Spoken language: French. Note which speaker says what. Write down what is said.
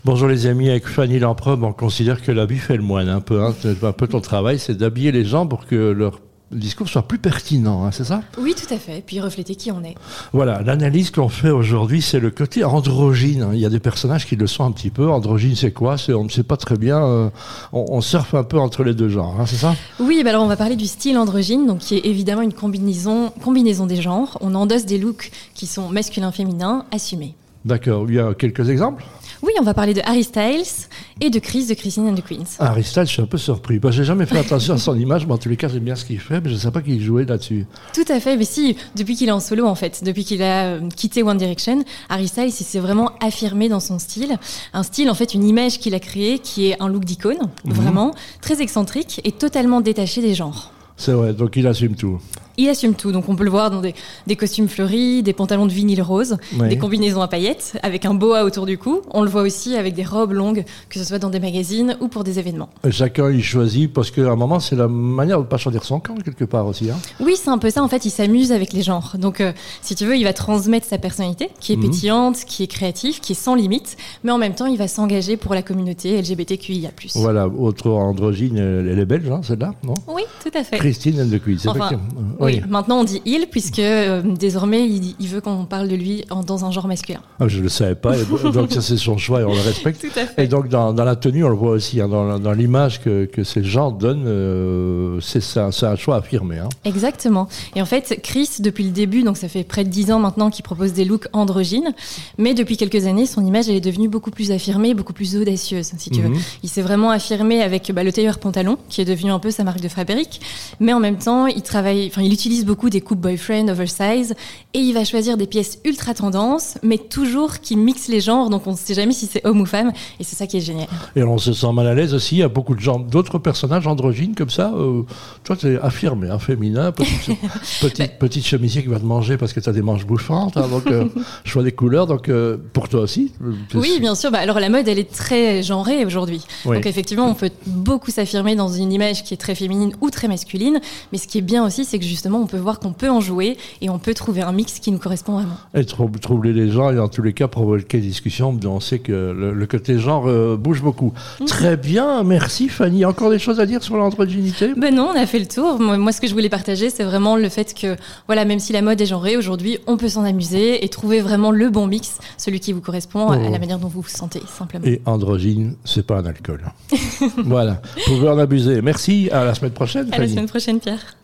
Speaker 1: Bonjour les amis, avec Fanny Lamprobe, on considère que l'habit fait le moine un peu. Un peu ton travail, c'est d'habiller les gens pour que leur discours soit plus pertinent, c'est ça ?
Speaker 2: Oui, tout à fait, et puis refléter qui on est.
Speaker 1: Voilà, l'analyse qu'on fait aujourd'hui, c'est le côté androgyne. Il y a des personnages qui le sont un petit peu. Androgyne, c'est quoi ? On ne sait pas très bien. On surfe un peu entre les deux genres, c'est ça ?
Speaker 2: Oui, alors on va parler du style androgyne, donc qui est évidemment une combinaison des genres. On endosse des looks qui sont masculins-féminins, assumés.
Speaker 1: D'accord, il y a quelques exemples ?
Speaker 2: Oui, on va parler de Harry Styles et de Chris de Christine and the Queens.
Speaker 1: Harry Styles, je suis un peu surpris. Parce que j'ai jamais fait attention à son image, mais en tous les cas, j'aime bien ce qu'il fait, mais je ne sais pas qui jouait là-dessus.
Speaker 2: Tout à fait, mais si, depuis qu'il est en solo en fait, depuis qu'il a quitté One Direction, Harry Styles il s'est vraiment affirmé dans son style. Un style, en fait, une image qu'il a créée qui est un look d'icône, vraiment, très excentrique et totalement détaché des genres.
Speaker 1: C'est vrai, donc il assume tout.
Speaker 2: Il assume tout, donc on peut le voir dans des costumes fleuris, des pantalons de vinyle rose,
Speaker 1: Oui.
Speaker 2: des combinaisons à paillettes, avec un boa autour du cou. On le voit aussi avec des robes longues, que ce soit dans des magazines ou pour des événements.
Speaker 1: Et chacun il choisit, parce qu'à un moment, c'est la manière de ne pas choisir son camp, quelque part aussi.
Speaker 2: Oui, c'est un peu ça, en fait, il s'amuse avec les genres. Donc, si tu veux, il va transmettre sa personnalité, qui est pétillante, qui est créative, qui est sans limite, mais en même temps, il va s'engager pour la communauté LGBTQIA+.
Speaker 1: Voilà, autre androgyne, elle est belge, celle-là, non ?
Speaker 2: Oui, tout à fait.
Speaker 1: Christine and the Queens,
Speaker 2: Enfin,
Speaker 1: effectivement.
Speaker 2: oui, maintenant on dit il, puisque désormais il veut qu'on parle de lui dans un genre masculin.
Speaker 1: Ah, je ne le savais pas, et donc ça c'est son choix et on le respecte.
Speaker 2: Tout à fait.
Speaker 1: Et donc dans la tenue, on le voit aussi, dans l'image que ces gens donnent, c'est un choix affirmé.
Speaker 2: Exactement. Et en fait, Chris, depuis le début, donc ça fait près de 10 ans maintenant qu'il propose des looks androgynes, mais depuis quelques années, son image elle est devenue beaucoup plus affirmée, beaucoup plus audacieuse, si tu veux. Il s'est vraiment affirmé avec le tailleur pantalon, qui est devenu un peu sa marque de fabrique, mais en même temps, il utilise beaucoup des coupes boyfriend, oversize, et il va choisir des pièces ultra tendances, mais toujours qui mixent les genres, donc on ne sait jamais si c'est homme ou femme, et c'est ça qui est génial.
Speaker 1: Et on se sent mal à l'aise aussi, il y a beaucoup de gens, d'autres personnages androgynes comme ça, toi tu es affirmé, féminin, petite chemisier qui va te manger parce que tu as des manches bouffantes, donc choix des couleurs, donc pour toi aussi.
Speaker 2: Oui, bien sûr, alors la mode elle est très genrée aujourd'hui,
Speaker 1: Oui.
Speaker 2: Donc effectivement on peut beaucoup s'affirmer dans une image qui est très féminine ou très masculine, mais ce qui est bien aussi c'est que justement on peut voir qu'on peut en jouer et on peut trouver un mix qui nous correspond vraiment.
Speaker 1: Et troubler les gens et en tous les cas provoquer des discussions, on sait que le côté genre bouge beaucoup. Très bien, merci Fanny. Encore des choses à dire sur l'androgynité ?
Speaker 2: Ben non, on a fait le tour. Moi, ce que je voulais partager, c'est vraiment le fait que, voilà, même si la mode est genrée, aujourd'hui, on peut s'en amuser et trouver vraiment le bon mix, celui qui vous correspond à la manière dont vous vous sentez, simplement.
Speaker 1: Et androgyne, c'est pas un alcool. Voilà, vous pouvez en abuser. Merci, à la semaine prochaine
Speaker 2: À
Speaker 1: Fanny.
Speaker 2: la semaine prochaine, Pierre.